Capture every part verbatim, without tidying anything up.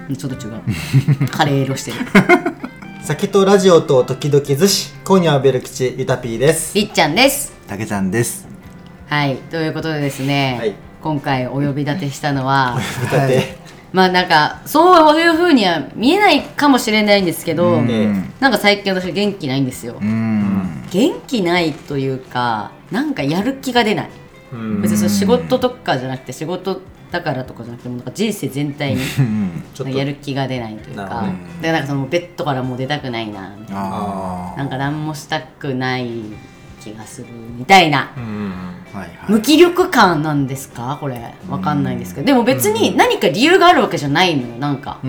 ちょっと違うカレー色してる酒とラジオと時々寿司、今夜はベル吉ゆたぴーです。 りっちゃんです。 たけちゃんです。 はい、ということでですね、はい、今回お呼び立てしたのはお呼び立て、はい、まあなんかそういう風には見えないかもしれないんですけど、うん、なんか最近私元気ないんですよ。うん、元気ないというか、なんかやる気が出ない。うん、別にその仕事とかじゃなくて、仕事だからとかじゃなくてもなんか人生全体にやる気が出ないというか、でなんかそのベッドからもう出たくないなみたいな、なんか何もしたくない気がするみたいな、無気力感なんですかこれ、わかんないんですけど、でも別に何か理由があるわけじゃないのよ、なんか、うん、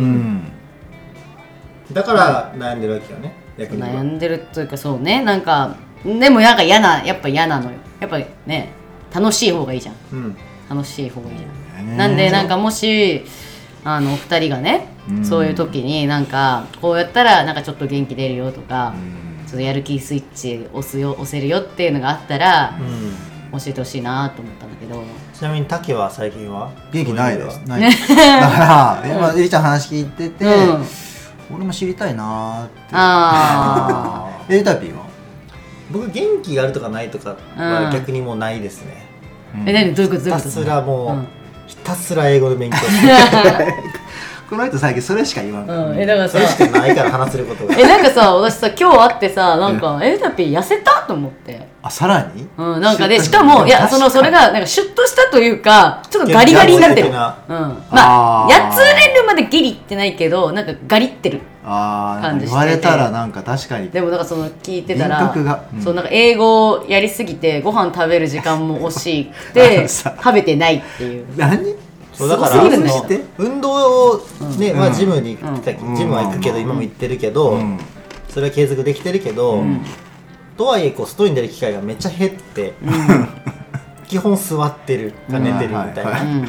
だから悩んでるわけよね。 逆に悩んでるというか、そうね、なんかでもなんか嫌な、やっぱ嫌なのよ。やっぱね、楽しい方がいいじゃん、うん、楽しい方がいいじゃん。なんでなんかもしあのお二人がね、うん、そういう時になんかこうやったらなんかちょっと元気出るよとか、うん、ちょっとやる気スイッチ押すよ押せるよっていうのがあったら、うん、教えてほしいなと思ったんだけど。 ちなみにタケは最近は元気ないです。ないですだから今エリちゃん話聞いてて、うん、俺も知りたいなって。あエリタピーは僕元気があるとかないとかは逆にもうないですね。 うん、え何どういうことどういうこと。 ひたすらもう、うん、ひたすら英語で勉強してこの人最近それしか言わんから、 うん、えだからさそれしかないから話せることがえなんかさ私さ今日会ってさなんかエリタピー痩せたと思って。 あさらに、 うん、なんかでしかもいやそのそれがなんかシュッとしたというかちょっとガリガリになってる。うん、まあやつれるまでギリってないけどなんかガリってる感じしてて、 言われたらなんか確かに。 でもなんかその聞いてたら、 うん、 そうなんか英語をやりすぎてご飯食べる時間も惜しくて食べてないっていう。 何そうだから運動をね、うんまあ、ジムに行ってた、うん、ジムは行くけど、うん、今も行ってるけど、うん、それは継続できてるけど、うん、とはいえこう外に出る機会がめっちゃ減って、うん、基本座ってるか寝てるみたいな、うんはいはい、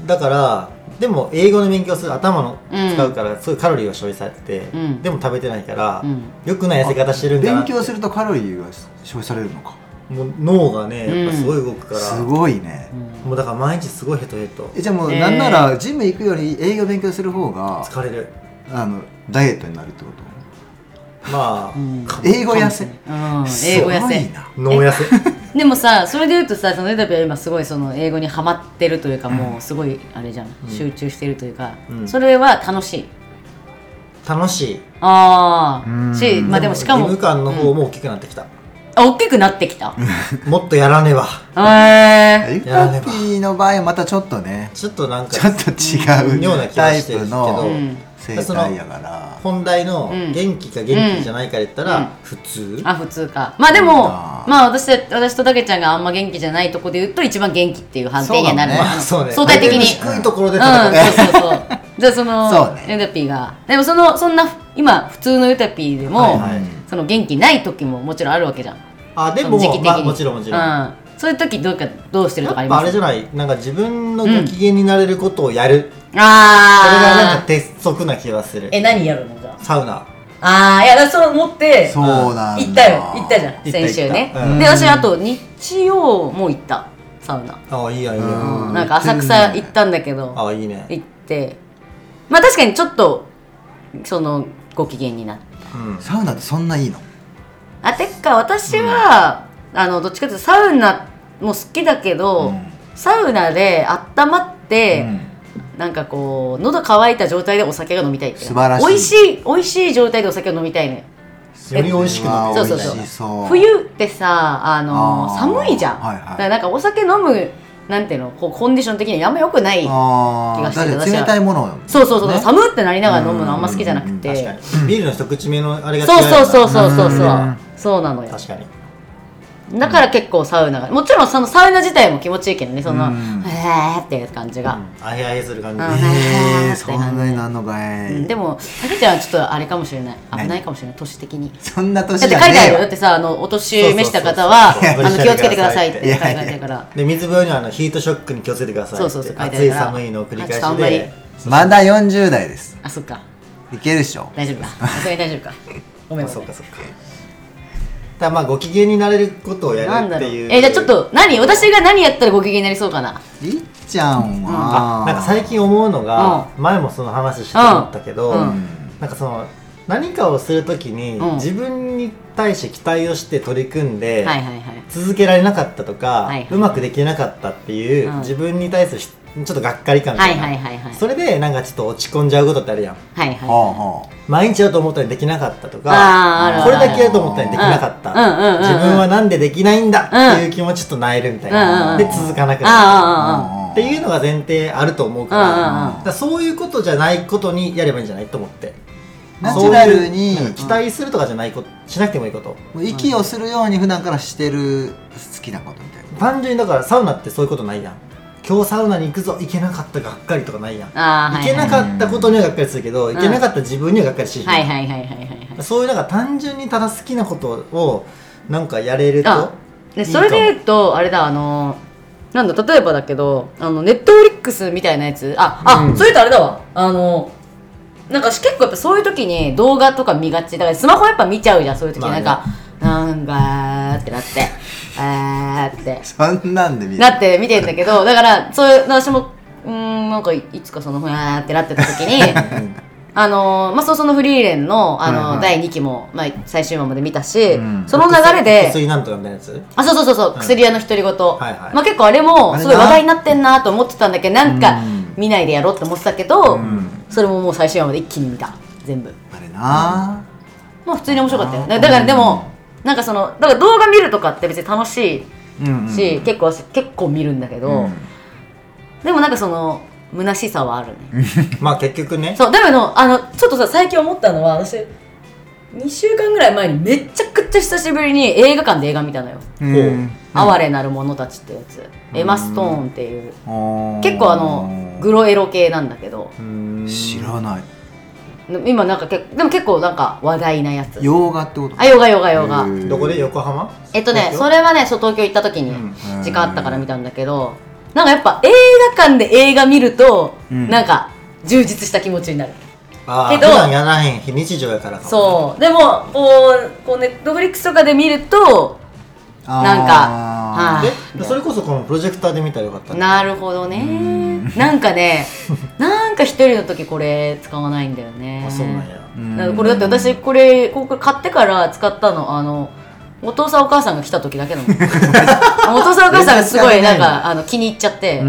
だからでも英語の勉強する頭の使うから、うん、そういうカロリーが消費されてて、うん、でも食べてないから、うん、良くない痩せ方してるんだなって。 勉強するとカロリーが消費されるのか。 もう脳がねやっぱすごい動くから、 うん、すごいね、 うん、もうだから毎日すごいヘトヘト。 えじゃあもうなんならジム行くより英語勉強する方が疲れる。 あのダイエットになるってこと。 まあ、うん、 英語痩せ、うん、 英語痩せ脳痩せでもさそれで言うとさそのエタピは今すごいその英語にハマってるというか、うん、もうすごいあれじゃん、うん、集中してるというか、うん、それは楽しい。 楽しい。 ああし、まあでもしかも義務感の方も大きくなってきた、うんあ、大きくなってきたもっとやらねば。 えー、やらねば。ユタピーの場合はまたちょっとねちょっとなんかちょっと違うような気がしてるけど、 生態やから本題の元気か元気じゃないかで言ったら普通、うんうん、 あ普通か。まあでもまあ私私とたけちゃんがあんま元気じゃないとこで言うと一番元気っていう判定にはなる。 そうね、 相対的に低いところで、 うん、そうそうそうじゃあそのユタピーがでもそのそんな今普通のユタピーでも、はいはい、その元気ない時ももちろんあるわけじゃん。 あでもまあもちろんもちろん、うん、 そういう時どうかどうしてるとかあります？ やっぱあれじゃないなんか自分のご機嫌になれることをやる、 うん、あそれがなんか鉄則な気がする。 え何やるのじゃあ？ サウナ。 ああいやだそう思ってそうなんだ行ったよ行ったじゃん先週ね、うん、で私あと日曜も行ったサウナ。 ああいいやいいや、 うん、なんか浅草行ったんだけどああいいね行ってまあ確かにちょっとそのご機嫌になった、 うん、サウナってそんないいの？ あてっか私は、うん、あのどっちかというとサウナも好きだけど、うん、サウナで温まって、うん、なんかこう喉乾いた状態でお酒が飲みたいって素晴らしい。 美味しい美味しい状態でお酒を飲みたいね。 より美味しく飲める。 そうそうそう。冬ってさあのー、寒いじゃん、はいはい、だからなんかお酒飲むなんていうのこうコンディション的にはあんま良くない気がしてる。 だって冷たいものを、ね、 そうそうそう、ね、寒ってなりながら飲むのあんま好きじゃなくて、 確かにビールの一口目のあれが違うそうそうそうそうそうそうそうなのよ。 確かにだから結構サウナがもちろんそのサウナ自体も気持ちいいけどねそのへーっていう感じが、うん、 あへあへする感じ。 へーそんなになんのかい、 うん、でもたけちゃんはちょっとあれかもしれない危ないかもしれない年的に。 そんな年だって書いてあるよ。だってさあのお年召した方はあの気をつけてくださいって書いてあるからで水風呂にはあのヒートショックに気をつけてくださいって。 そうそうそう暑い寒いのを繰り返しでまだよんじゅう代です。 あそっかいけるっしょ。 大丈夫かそれ大丈夫かごめんそうかそうかだまあご機嫌になれることをやるっていう。 えー、じゃあちょっと何私が何やったらご機嫌になりそうかな。 りっちゃんは、 うん、なんか最近思うのが、うん、前もその話して思ったけど、うん、なんかその何かをするときに、うん、自分に対して期待をして取り組んで、はいはいはい、続けられなかったとか、はいはい、うまくできなかったっていう、うん、自分に対するちょっとがっかり感みたいな、はいはいはいはい、それでなんかちょっと落ち込んじゃうことってあるやん、はいはいはい、毎日やると思ったのにできなかったとか、これだけやると思ったのにできなかった、うんうん、自分はなんでできないんだっていう気持ちちょっとなえるみたいな、うん、で続かなくなるっていうのが前提あると思うから、だからそういうことじゃないことにやればいいんじゃないと思って、 ナチュラルに期待するとかじゃないこと、しなくてもいいこと、 息をするように普段からしてる好きなことみたいな。 単純にだからサウナってそういうことないやん。今日サウナに行くぞ、行けなかったがっかりとかないやん。行けなかったことにはがっかりするけど、行けなかった自分にはがっかりしない。はいはいはいはいはい。そういうなんか単純にただ好きなことをなんかやれるといいかも。 でそれで言うとあれだ、あのなんだ例えばだけど、あのネットフリックスみたいなやつ、ああ、うん、それとあれだわ、あのなんか結構やっぱそういう時に動画とか見がちだから、スマホやっぱ見ちゃうじゃん、そういう時、まあね、なんかなんかーってなってあーってそんなんで見るなって見てんだけど、だからそういう私もうーんなんかいつかそのふわーってなってた時にあのー、まあそうそのフリーレンのあの、はいはい、だいにきも、まあ、最終話まで見たし、うん、その流れで薬なんとかみたいなやつ、 あそうそうそうそう、うん、薬屋の独り言、はいはい、まあ結構あれもすごい話題になってんなと思ってたんだけど、なんか見ないでやろうって思ってたけど、うん、それももう最終話まで一気に見た全部。 あれな、 うん、まあ普通に面白かったよ。だからでも、うん、なんかそのだから動画見るとかって別に楽しいし、うんうん、結構結構見るんだけど、うん、でもなんかその虚しさはあるねまあ結局ね。 そうだけど、あのちょっとさ最近思ったのは、私にしゅうかんぐらい前にめちゃくちゃ久しぶりに映画館で映画見たのよ。哀れなる者たちってやつ、エマ・ストーンっていう、結構あのグロエロ系なんだけど。 知らない。 今なんかけでも結構なんか話題なやつ。 洋画ってこと？ あ、洋画洋画洋画。 どこで？横浜？ えっとね、それはね、そう東京行った時に時間あったから見たんだけど、なんかやっぱ映画館で映画見ると、うん、なんか充実した気持ちになる。 あけど普段やらへん非日常やからかも、ね、 そうでもこうこうネットフリックスとかで見るとなんか、はあ、でそれこそこのプロジェクターで見たらよかったね。 なるほどね。なんかねなんか一人の時これ使わないんだよね。 あ、そうなんや。 なんかこれだって私これここ買ってから使ったの、あのお父さんお母さんが来た時だけなのお父さんお母さんがすごいなんかあの気に入っちゃって、うん、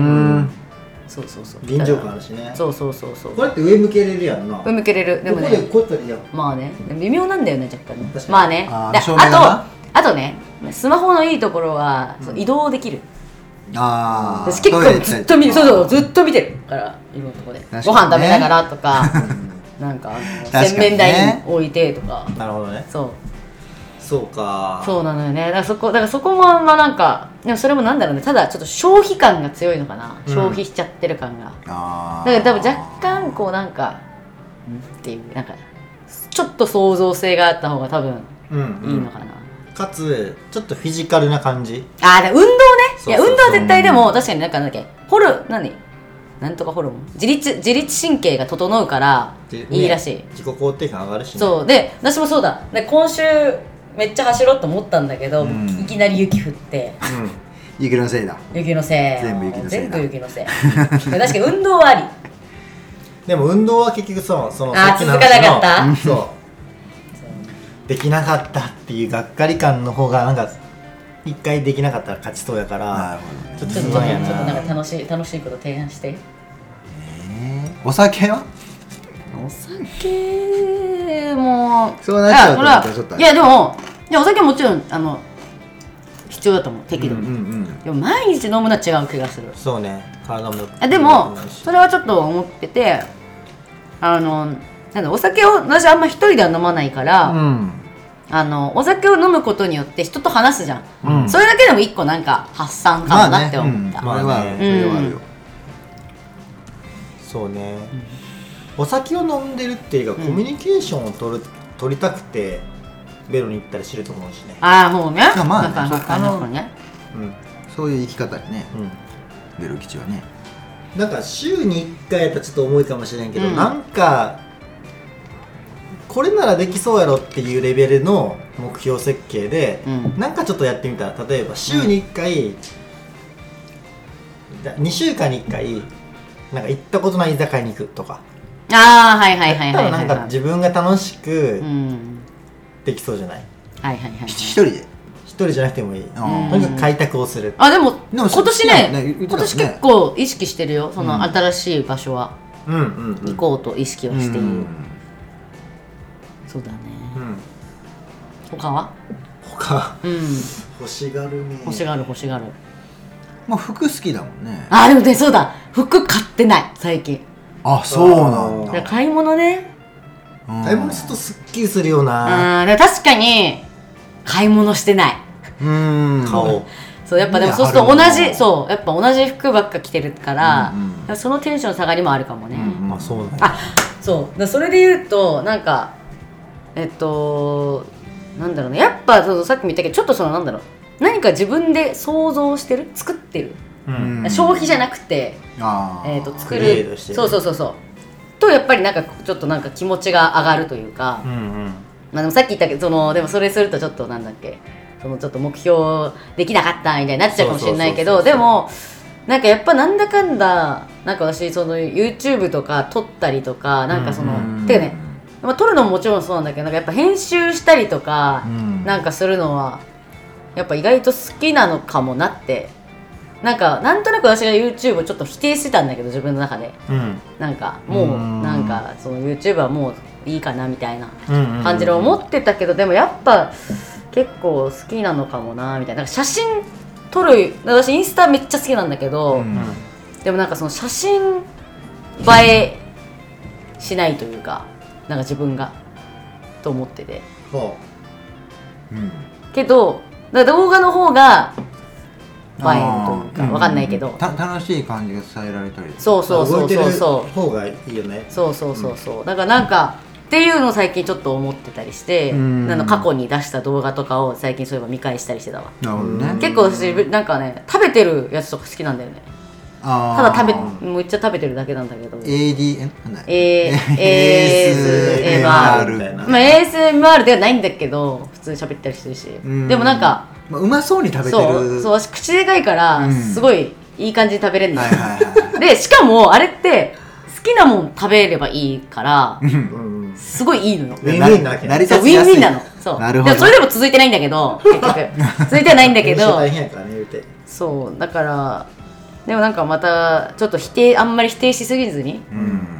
そうそうそう、 臨場感あるしね。 そうそうそうそう、 これって上向けれるやんな。 上向けれる。でもね、 ここでこうやったらいいやん。 まあね、微妙なんだよね若干ね。まあね、あ, あとあとね、スマホのいいところは、うん、移動できる。ああ、私結構ずっと見る、そうそうずっと見てるからいろんなとこで、ね、ご飯食べながらとかなんか洗面台に置いてとか。 なるほどね。 そうそうか。 そうなのよね。だからそこだからそこもまあなんかでもそれもなんだろうね。ただちょっと消費感が強いのかな。うん、消費しちゃってる感が。あだから多分若干こうなんかっていうなんかちょっと創造性があった方が多分いいのかな。うんうん、 かつちょっとフィジカルな感じ。 ああ、運動ね。いや運動は絶対でも確かになんかなんだっけホル何なんとかホルモン自律自律神経が整うからいいらしい。ね、 自己肯定感上がるし、ね。 そうで私もそうだ。で今週めっちゃ走ろうと思ったんだけど、うん、いきなり雪降って、 うん、雪のせいだ。 雪のせい。 全部雪のせいだ。 全部雪のせい。確かに運動はあり。 でも運動は結局そうそのあ続かなかった。 そうできなかったっていうがっかり感の方がなんか一回できなかったら勝ちそうやから、 ちょっと不安やな。ちょっとなんか楽しい楽しいこと提案して。えー、お酒は？ お酒もそうなっちゃうとまたちょっといやでもいやお酒もちろんあの必要だと思う適度に、うんうんうん、でも毎日飲むのは違う気がする。 そうね、体もあでもそれはちょっと思ってて、あのなんだお酒を私あんま一人では飲まないから、うん、あのお酒を飲むことによって人と話すじゃん、うん、それだけでも一個なんか発散かもなって思った。 まあね、うん、まあね、それはあるよ、 うん、そうね、うん、お酒を飲んでるっていうか、うん、コミュニケーションを取る取りたくてベロに行ったりしてると思うしね。 ああもうね、 まあね、そうあのね、うん、そういう生き方にね、うん、ベロ吉はね。 なんか週にいっかいやったらちょっと重いかもしれんけど、うん、なんかこれならできそうやろっていうレベルの目標設計で、うん、なんかちょっとやってみたら、例えば週にいっかい、うん、にしゅうかんにいっかいなんか行ったことない居酒屋に行くとか、 ああはいはいはいはい、はい、 なんか自分が楽しくできそうじゃない、 うん、はいはいはい、 一人で一人じゃなくてもいい、とにかく開拓をする。 あでも今年ね、ね今年結構意識してるよ、その新しい場所は、うんうんうん、行こうと意識はしている、うん、そうだね、うん、他は他、うん、欲しがるね、 欲しがる欲しがる、 まあ服好きだもんね。 あでもねそうだ、服買ってない最近。 あそうなんだ。 買い物ね、 買い物ちょっとすっきりするよな。 あでも確かに買い物してない。 うーん顔そうやっぱでもそうすると同じそうやっぱ同じ服ばっか着てるから、うんうん、そのテンション下がりもあるかもね、 うん、まあそうね。 あそうだそれで言うとなんかえっとなんだろうね、やっぱそうさっきも言ったけどちょっとそのなんだろう何か自分で想像してる作ってる、うん、消費じゃなくてあ、えー、と作るそうそうそうそうとやっぱりなんかちょっとなんか気持ちが上がるというか、うんうん、まあ、でもさっき言ったけどそのでもそれするとちょっとなんだっけそのちょっと目標できなかったみたいになっちゃうかもしれないけど、でもなんかやっぱなんだかんだなんか私その YouTube とか撮ったりとかなんかその、うんうん、てかね、まあ、撮るのももちろんそうなんだけどなんかやっぱ編集したりとか、うん、なんかするのはやっぱ意外と好きなのかもなってなんかなんとなく私が YouTube をちょっと否定してたんだけど自分の中で、うん、なんかもうなんかその YouTube はもういいかなみたいな感じで思ってたけど、でもやっぱ結構好きなのかもなみたいな。なんか写真撮る私インスタめっちゃ好きなんだけど、うん、でもなんかその写真映えしないというかなんか自分がと思ってて、うん、けどだから動画の方が映えるというかわかんないけど、うんうん、 楽しい感じが伝えられたりそうそうそうそうそう方がいいよね。 そうそうそうそう、うん、だからなんかっていうのを最近ちょっと思ってたりして、うん、あの過去に出した動画とかを最近そういえば見返したりしてたわ。なるほどね。結構私なんかね食べてるやつとか好きなんだよね。あただ食べめっちゃ食べてるだけなんだけど エーディー エーエスエムアール みたいな、まあ、エーエスエムアール ではないんだけど普通に喋ったりしてるし、でもなんか、 まあ、うまそうに食べてる。 そうそう私口でかいからすごいいい感じに食べれるの、うん、でしかもあれって好きなもん食べればいいからすごいいいのよ。 ウィンウィンなわけ。 成り立ちやすい。ウィンウィンなの。そう。なるほど。でもそれでも続いてないんだけど結局続いてはないんだけど大変やからね言うて。 そうだからでもなんかまたちょっと否定あんまり否定しすぎずに、うん、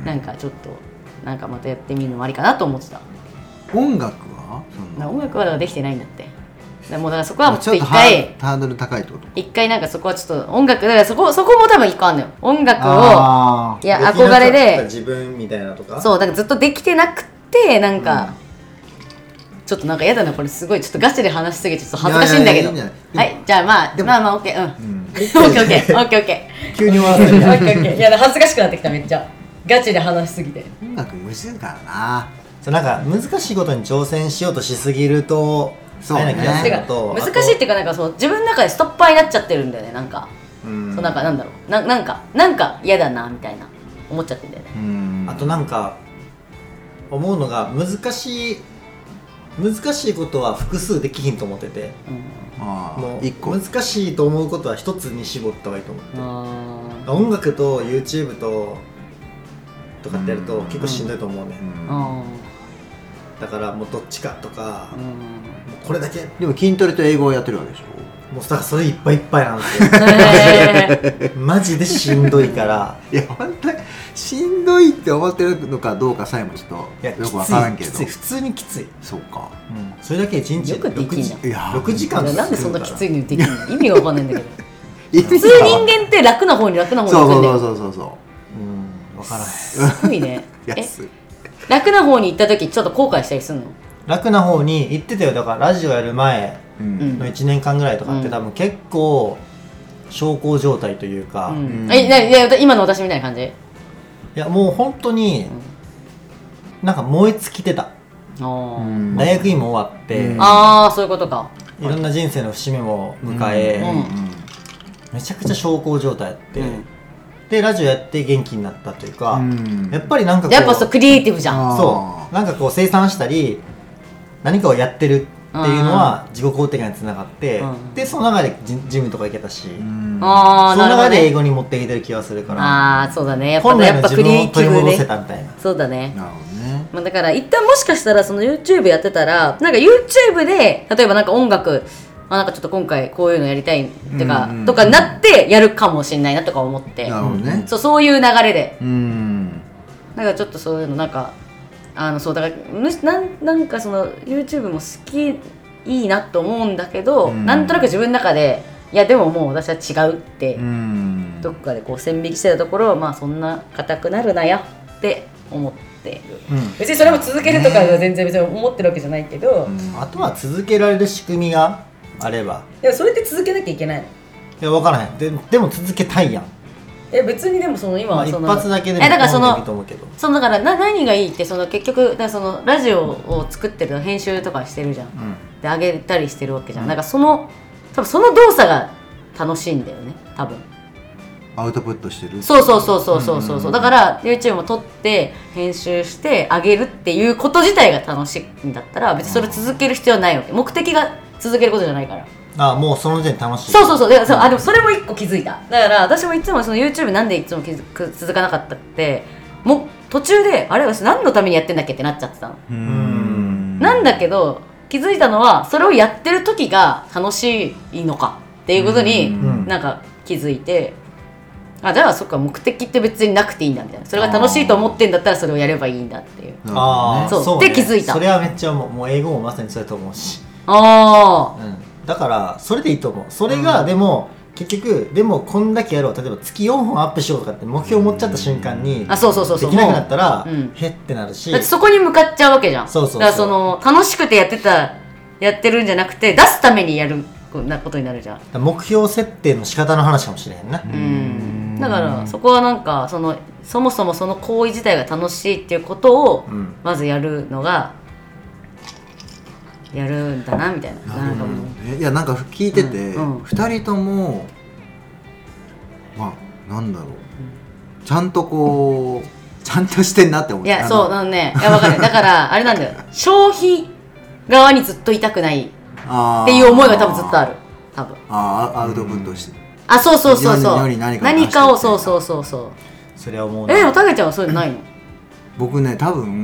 なんかちょっとなんかまたやってみるのもありかなと思ってた。 音楽は？ 音楽はできてないんだって。でもだからそこはちょっと一回ハードル高いってこと？ 一回なんかそこはちょっと音楽だからそこそこも多分一個あんのよ。音楽をいや憧れで自分みたいなとか。 そうだからずっとできてなくてなんか、うん、ちょっとなんかやだなこれすごいちょっとガチで話しすぎてちょっと恥ずかしいんだけど。いやいやいいはいじゃあまあまあまあオッケーうん。うんオッケーオッケーオッケーオッケーオッケー急に笑ってる。 オッケーオッケーいや恥ずかしくなってきためっちゃガチで話しすぎて。 音楽むずいからな。 そうなんか難しいことに挑戦しようとしすぎるとそうね。 難しいっていうかなんかそう自分の中でストッパーになっちゃってるんだよねなんか。うんそうなんかなんだろうななんかなんか嫌だなみたいな思っちゃってんだよね。 うんあとなんか思うのが難しい難しいことは複数できひんと思ってて、うん、あもう一個難しいと思うことは一つに絞った方がいいと思って。あ音楽と YouTube ととかってやると結構しんどいと思うね、うんうん、だからもうどっちかとか、うん、もうこれだけ。 でも筋トレと英語をやってるわけでしょ。 もうだからそれいっぱいいっぱいなんですよマジでしんどいからいや本当にしんどいって思ってるのかどうかさえもちょっとよく分からんけど。 きつい普通にきつい。 そうか、 うん、それだけいちにちよくできんな。ろくじかんなんでそんなきついのにできんの意味が分かんないんだけど普通人間って楽な方に楽な方に行くんだよ。 そうそうそうそうそううん分からないすごいねえ楽な方に行った時ちょっと後悔したりするの？ 楽な方に行ってたよ。だからラジオやる前のいちねんかんぐらいとかって、うん、多分結構小康状態というか、うんうん、えいや今の私みたいな感じ？いやもう本当に、うん、なんか燃え尽きてた。大学院も終わって、 うん、ああそういうことか。 いろんな人生の節目も迎え、うんうん、めちゃくちゃ小康状態やって、うん、 でラジオやって元気になったというか、うん、やっぱりなんかこうやっぱそうクリエイティブじゃん。 そうなんかこう生産したり何かをやってるっていうのは自己肯定感につながって、うん、でその流れでジ, ジムとか行けたし、うん、あその流れで英語に持ってきてる気がするから、 ああそうだねやっぱ本来の自分を取り戻せたみたいな。 そうだね。なるほどね。まあ、だから一旦もしかしたらその YouTube やってたらなんか YouTube で例えばなんか音楽あなんかちょっと今回こういうのやりたいってか、うんうん、とかなってやるかもしれないなとか思って、なるほどね、そうそういう流れで、うん、なんかちょっとそういうのなんかあのそうだからなんなんかその YouTube も好きいいなと思うんだけど、うん、なんとなく自分の中でいやでももう私は違うって、うん、どっかでこう線引きしてたところまあそんな硬くなるなよって思ってる、うん、別にそれも続けるとかは全然別に思ってるわけじゃないけど、うん、 あとは続けられる仕組みがあれば。 いやそれって続けなきゃいけないの？ いや分からへん。ででも続けたいやん。 え別にでもその今はその、まあ、 一発だけでもいいと思うけど、 そのだからな何がいいってその結局だからそのラジオを作ってる編集とかしてるじゃん、うん、で上げたりしてるわけじゃん、うん、なんかその多分その動作が楽しいんだよね多分。 アウトプットしてる。 そうそうそうそうそうそう、うんうん、だから YouTube も撮って編集して上げるっていうこと自体が楽しいんだったら別にそれ続ける必要はないわけ。目的が続けることじゃないから。 ああもうその時点楽しい。 そうそうそう。でそうあでもそれも一個気づいた。だから私もいつもその YouTube なんでいつも気づく続かなかったってもう途中であれ私何のためにやってんだっけってなっちゃってたの。うーんなんだけど気づいたのはそれをやってる時が楽しいのかっていうことになんか気づいて、あじゃあそっか目的って別になくていいんだみたいな。それが楽しいと思ってんだったらそれをやればいいんだっていう。 ああそうそう、ね、 で気づいた。 それはめっちゃもう、もう英語もまさにそれと思うし。 ああ、うんだからそれでいいと思う。それがでも、うん、結局でもこんだけやろう例えば月よんほんアップしようとかって目標を持っちゃった瞬間に、うん、あそうそうそうそうできなくなったら、うん、へってなるし、 だってそこに向かっちゃうわけじゃん。そうそうそうだからその楽しくてやってたやってるんじゃなくて出すためにやるなことになるじゃん。 目標設定の仕方の話かもしれへんな。 うんだからそこはなんかそのそもそもその行為自体が楽しいっていうことをまずやるのがやるんだなみたいな。なんかもういやなんか聞いてて、うんうん、ふたりともまあなんだろう、うん、ちゃんとこうちゃんとしてんなって思って。 いやそうなのね。いやわかるだからあれなんだよ消費側にずっといたくないっていう思いが多分ずっとある多分。 ああアウトプットして、うん、 あそうそうそうそう何 か, 何かをそうそうそうそうそれは思うな。えでもタケちゃんはそういうのないの？ 僕ね多分、うん、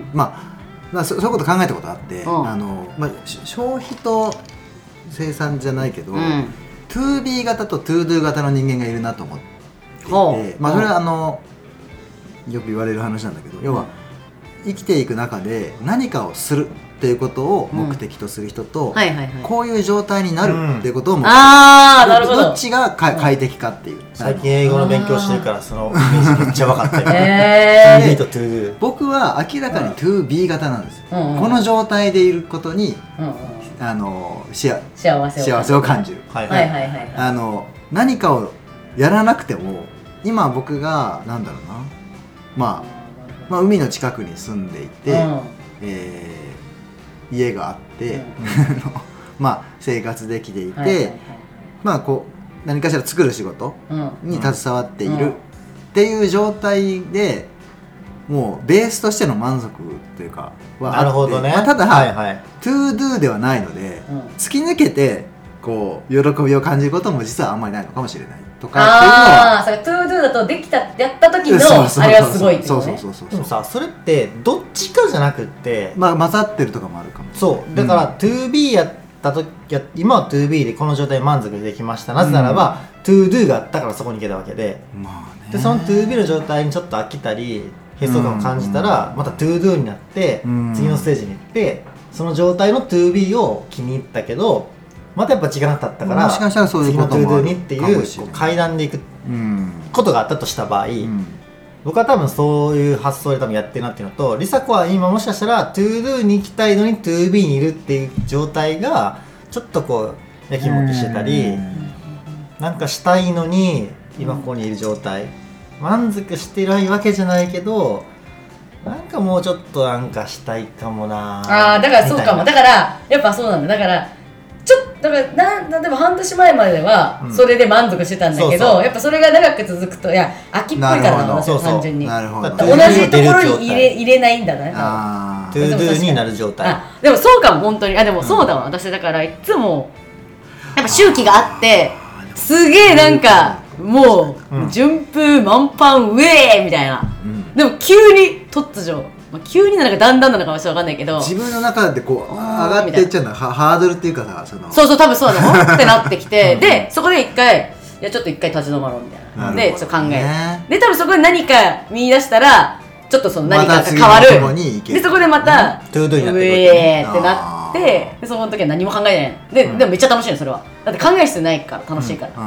まあまあ、そ, そういうこと考えたことあって、うん、あのまあ、消費と生産じゃないけど、うん、トゥービー 型と トゥードゥ 型の人間がいるなと思っていて、まあ、それはあのよく言われる話なんだけど、うん、要は生きていく中で何かをするっていうことを目的とする人と、うんはいはいはい、こういう状態になるっていうことを目的、うん、あなるほどどっちがか快適かっていう。 最近英語の勉強してるからそのイメージめっちゃ分かったよ、えー、トゥービー と トゥードゥ僕は明らかに トゥービー 型なんですよ、うんうん、この状態でいることに、うんうん、あの幸せを幸せを感じる、はいはいはいはい、あの何かをやらなくても今僕がなんだろうな、まあ、まあ海の近くに住んでいて、うんえー、家があって、うん、まあ生活できていて、はいはいはい、まあこう何かしら作る仕事に携わっているっていう状態でもうベースとしての満足というかはあって、なるほどね、まあ、ただ、はいはい、トゥードゥではないので、うん、突き抜けてこう喜びを感じることも実はあんまりないのかもしれないとかっていうのは。 ああ、それトゥードゥだとできたやった時のあれはすごいってことね。 そうそうそうそう。でもさ、それってどっちかじゃなくって、 まあ混ざってるとかもあるかもしれない。 そうだから、うん、トゥービー やった時や今は トゥービー でこの状態で満足できました。なぜならば、うん、トゥードゥがあったからそこに行けたわけで、まあね、でその トゥービー の状態にちょっと飽きたり閉塞感を感じたら、うん、また トゥードゥになって、うん、次のステージに行ってその状態の トゥービー を気に入ったけどまたやっぱ時間が経ったからもしかしたらそういうこともある次の トゥードゥにっていう階段でいくことがあったとした場合、うん、僕は多分そういう発想で多分やってるなっていうのと、リサ子は今もしかしたら トゥードゥ に行きたいのに トゥービー にいるっていう状態がちょっとこうやきもきしてたり、なんかしたいのに今ここにいる状態、満足してないわけじゃないけどなんかもうちょっとなんかしたいかもなあ。だからそうかも。だからやっぱそうなんだ。だからちょっだからな例えば半年前まではそれで満足してたんだけど、うん、そうそうやっぱそれが長く続くといや飽きっぽいからなの私は単純になるほど同じところに入れ入れないんだねあトゥードゥになる状態あでもそうかも本当にあでもそうだわ、うん、私だからいつもやっぱ周期があってすげえなんかもう、うん、順風満帆ウェーみたいな、うん、でも急に突如まあ、急になのかだんだんなのかもしれないわかんないけど自分の中でこう上がっていっちゃうのはハードルっていうかさそのそうそう多分そうだのってなってきてでそこで一回いやちょっと一回立ち止まろうみたいなでちょっと考えるで多分そこで何か見出したらちょっとその何かが変わる、ま、でそこでまた、うん、トゥードゥになってくる、ね、うえーってなってでその時は何も考えないで、うん、でもめっちゃ楽しいのそれはだって考える必要ないから楽しいから、うん、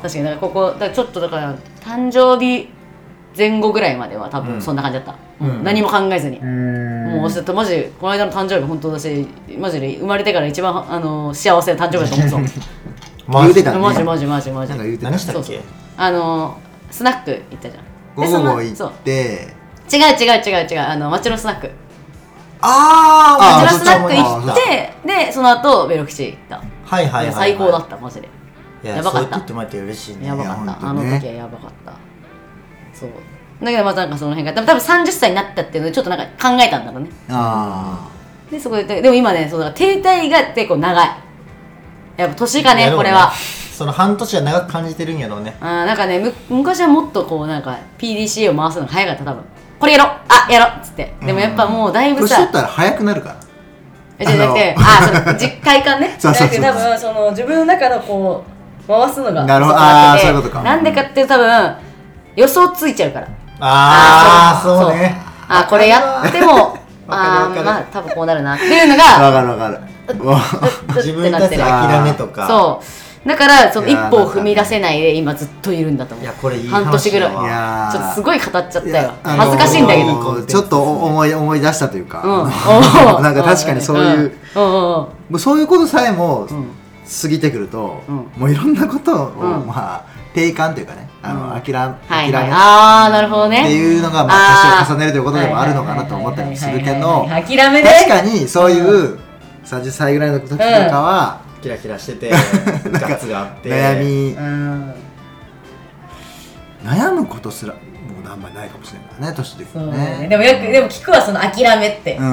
確かにだからここだからちょっとだから誕生日前後ぐらいまでは多分そんな感じだった、うん、何も考えずにもうちょっとマジこの間の誕生日本当だしマジで生まれてから一番あの幸せな誕生日だと思うマジでマジマジマジマジ何したっけあのスナック行ったじゃん午後行って違う違う違う違うあの町のスナックああ町のスナック行ってでその後ベロ吉行ったはいはいはい、はい、 最高だったマジでや, やばかったそう言ってもらって嬉しいねやばかった、ね、あの時はやばかったそうだけどまたなんかその辺が多分さんじゅっさいになったっていうのでちょっとなんか考えたんだろうねあでそこででも今ねそうだ停滞が結構長いやっぱ年がねこれはその半年は長く感じてるんやろうねあなんかねむ昔はもっとこうなんか ピーディーシー を回すのが早かった多分これやろあやろっつってでもやっぱもうだいぶさ年取ったら早くなるからえじゃなくてあその実快感ねそうそうそうそう多分その自分の中のこう回すのがなるほどああそういうことかなんでかっていうと多分予想ついちゃうからああそうねあこれやってもあまあ多分こうなるなっていうのがわかるわかる自分たちの諦めとかそうだからその一歩を踏み出せないで今ずっといるんだと思ういやこれいい半年ぐらいいやちょっとすごい語っちゃったよ恥ずかしいんだけどちょっと思い思い出したというか、うん、なんか確かにそういう、うんうん、そういうことさえも過ぎてくると、うん、もういろんなことを、うん、まあ定感というかねあの、うん、諦め、 はいはい、あーなるほどねっていうのがまあ年を重ねるということでもあるのかなと思ったりするけど諦めね確かにそういうさんじゅっさいぐらいの時とかは、 うん、キラキラしててガッツがあって悩み、うん、悩むことすらもうあんまりないかもしれないね年的に ね, ねでもよくでも聞くわその諦めって、うん、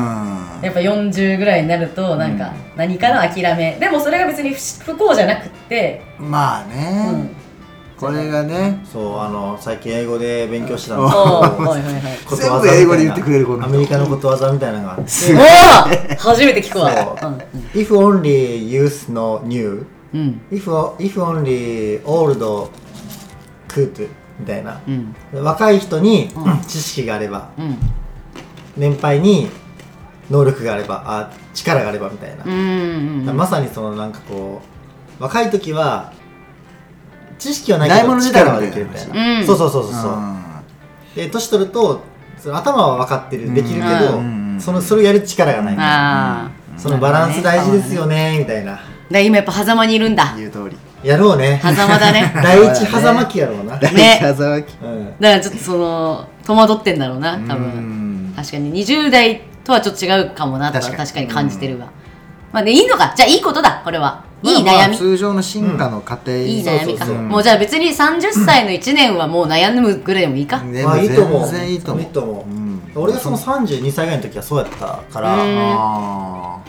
やっぱよんじゅうぐらいになるとなんか何かの諦め、うん、でもそれが別に不幸じゃなくってまあね、うんこれがねそうあの最近英語で勉強してたんですけど全部英語で言ってくれるアメリカのことわざみたいなのがあってすごい初めて聞くわ If only youth know new、うん、if, if only old could みたいな、うん、若い人に知識があれば、うん、年配に能力があればあ力があればみたいな、うんうんうん、まさにそのなんかこう若い時は知識はないけど力はできるみたいな、うん、そうそうそうそうそう、うん、で年取るとその頭は分かってるできるけど、うん、そのそれをやる力がないみたいな、うん、そのバランス大事ですよねみたいなだ今やっぱ狭間にいるんだ言う通りやろうね狭間だね第一狭間期やろうなねねだからちょっとその戸惑ってんだろうな多分確かににじゅう代とはちょっと違うかもなとは確かに感じてるわまあねいいのかじゃあいいことだこれはいい悩み、まあまあ、 通常の進化の過程、うん、 いい悩みかそうそうそうもうじゃあ別にさんじゅっさいのいちねんはもう悩むぐらいでもいいか、 うん、まあいいと思う全然いいと思う、いいと思う、うん、俺がそのさんじゅうにさいぐらいの時はそうやったからあ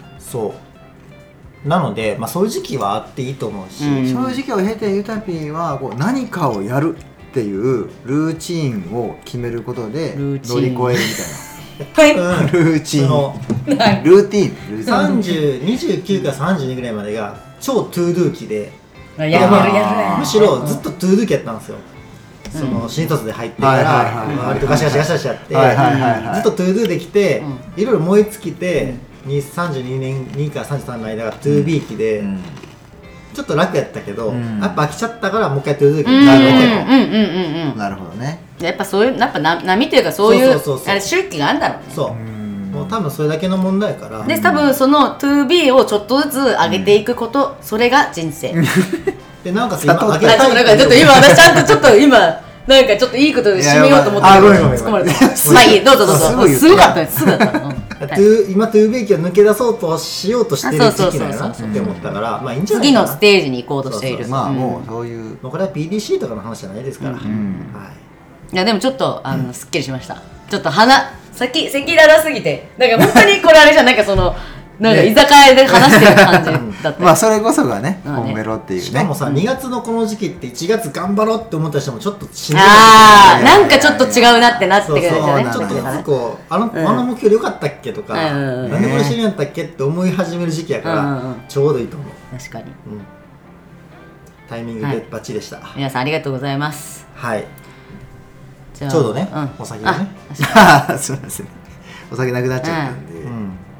そうなので、まあ、そういう時期はあっていいと思うし、うん、 そういう時期を経てゆたぴーはこう何かをやるっていうルーチンを決めることで乗り越えるみたいなはい、ルーチンルーティンさんじゅう、にじゅうきゅうからさんじゅうにぐらいまでが超トゥードゥ期でやるやるやるむしろずっとトゥードゥ期やったんですよ、うん、その新卒で入ってから割とガシガシガシガシやってずっとトゥードゥできて、うん、いろいろ燃え尽きて、うん、さんじゅうにねんにからさんじゅうさんの間がトゥービー期で、うん、ちょっと楽やったけど、うん、やっぱ飽きちゃったからもう一回トゥードゥ期になるわけなるほどねやっぱそういうやっぱ波というかそういうあれ周期があるんだろうねそうもう多分それだけの問題からで多分その トゥービー をちょっとずつ上げていくこと、うん、それが人生でなんか今上げたいちょっと今私ちゃんとちょっと今なんかちょっといいことで締めようと思って突っ込まれたまあいいどうぞどうぞすごかったですすぐだった今トゥーベイキを抜け出そうとしようとしてる時期だよなって思ったから、まあいいんじゃないかな。 次のステージに行こうとしている。 まあもうそういう、 これは ピーディーシー とかの話じゃないですから。はい。 いやでもちょっとあのすっきりしました。ちょっと鼻先赤裸々すぎて、なんか本当にこれあれじゃん、なんかそのなんか居酒屋で話してる感じだった。 まあそれこそがね、本メロっていうね。 しかもさ、にがつのこの時期っていちがつ頑張ろうって思った人もちょっとしんどい。 ああ、なんかちょっと違うなってなってくるじゃない。 ちょっとこうあのあの目標でよかったっけとか、なんでこれしてるんやったっけって思い始める時期やからちょうどいいと思う。 確かに。 タイミングでバッチリでした。 皆さんありがとうございます。 はい。ちょうどね、お酒がね。 すみません。お酒なくなっちゃったんで。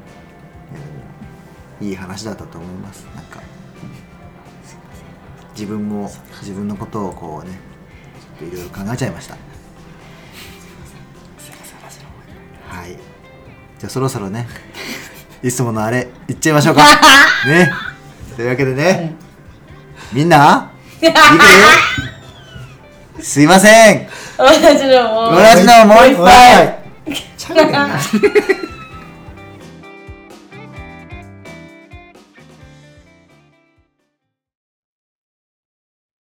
いい話だったと思います。なんか自分も自分のことをこうねちょっといろいろ考えちゃいました。はい。じゃあそろそろねいつものあれいっちゃいましょうかね。というわけでね、みんないくすいません。 同じのもう同じのもう一杯。 ちゃうねんな。